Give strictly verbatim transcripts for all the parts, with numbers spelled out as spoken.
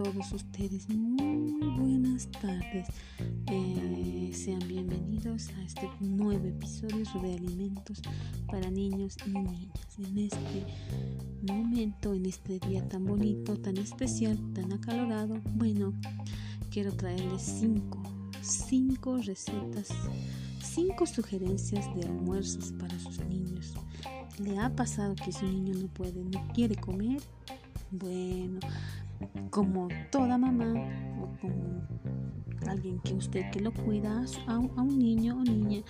todos ustedes, muy buenas tardes. Eh, sean bienvenidos a este nuevo episodio sobre alimentos para niños y niñas. En este momento, en este día tan bonito, tan especial, tan acalorado, bueno, quiero traerles cinco, cinco recetas, cinco sugerencias de almuerzos para sus niños. ¿Le ha pasado que su niño no puede, no quiere comer? Bueno, como toda mamá o como alguien que usted que lo cuida a un, a un niño o niña,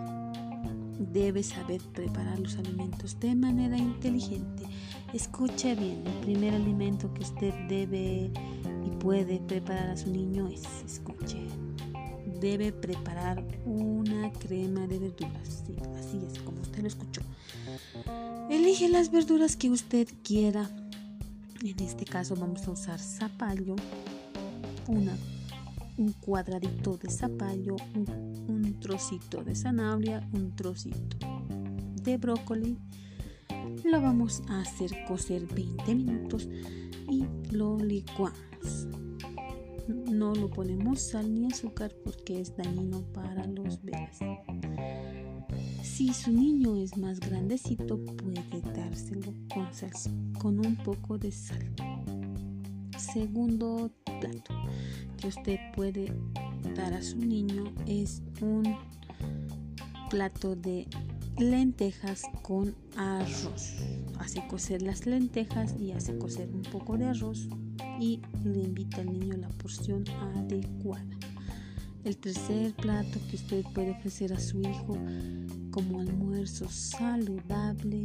debe saber preparar los alimentos de manera inteligente. Escuche bien, el primer alimento que usted debe y puede preparar a su niño es, escuche, debe preparar una crema de verduras. Sí, así es como usted lo escuchó. Elige las verduras que usted quiera. En este caso vamos a usar zapallo, una, un cuadradito de zapallo, un, un trocito de zanahoria, un trocito de brócoli. Lo vamos a hacer cocer veinte minutos y lo licuamos. No lo ponemos sal ni azúcar porque es dañino para los bebés. Si su niño es más grandecito, puede dárselo con salsa, con un poco de sal. Segundo plato que usted puede dar a su niño es un plato de lentejas con arroz. Hace cocer las lentejas y hace cocer un poco de arroz y le invita al niño la porción adecuada. El tercer plato que usted puede ofrecer a su hijo como almuerzo saludable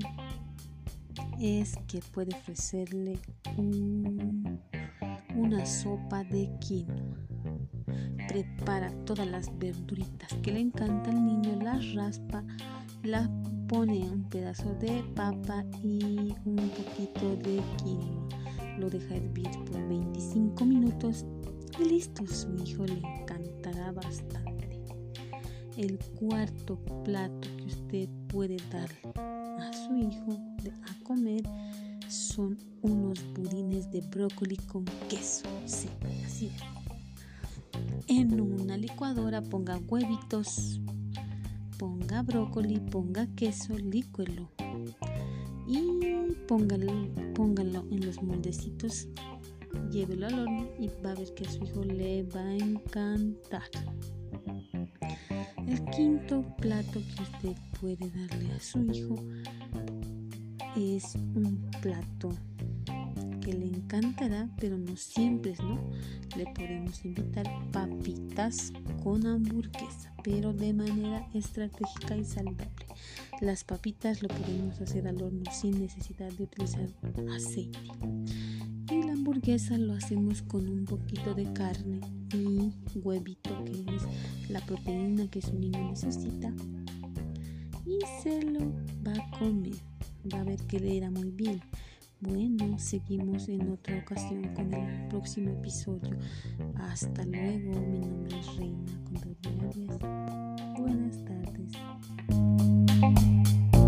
es que puede ofrecerle un, una sopa de quinoa. Prepara todas las verduritas que le encanta al niño, las raspa, las pone un pedazo de papa y un poquito de quinoa. Lo deja hervir por veinticinco minutos y listo, su hijo le encantará bastante. El cuarto plato que usted puede darle a su hijo a comer son unos budines de brócoli con queso. Sí, así es. En una licuadora ponga huevitos, ponga brócoli, ponga queso, licúelo y póngalo, póngalo en los moldecitos, llévelo al horno y va a ver que a su hijo le va a encantar. El quinto plato que usted puede darle a su hijo es un plato que le encantará, pero no siempre, ¿no? Le podemos invitar papitas con hamburguesa, pero de manera estratégica y saludable. Las papitas lo podemos hacer al horno sin necesidad de utilizar aceite. Y la hamburguesa lo hacemos con un poquito de carne y huevito, que es la proteína que su niño necesita, y se lo va a comer. Va a ver que le irá muy bien. Bueno, seguimos en otra ocasión con el próximo episodio. Hasta luego. Mi nombre es Reina Condori Arias. Buenas tardes.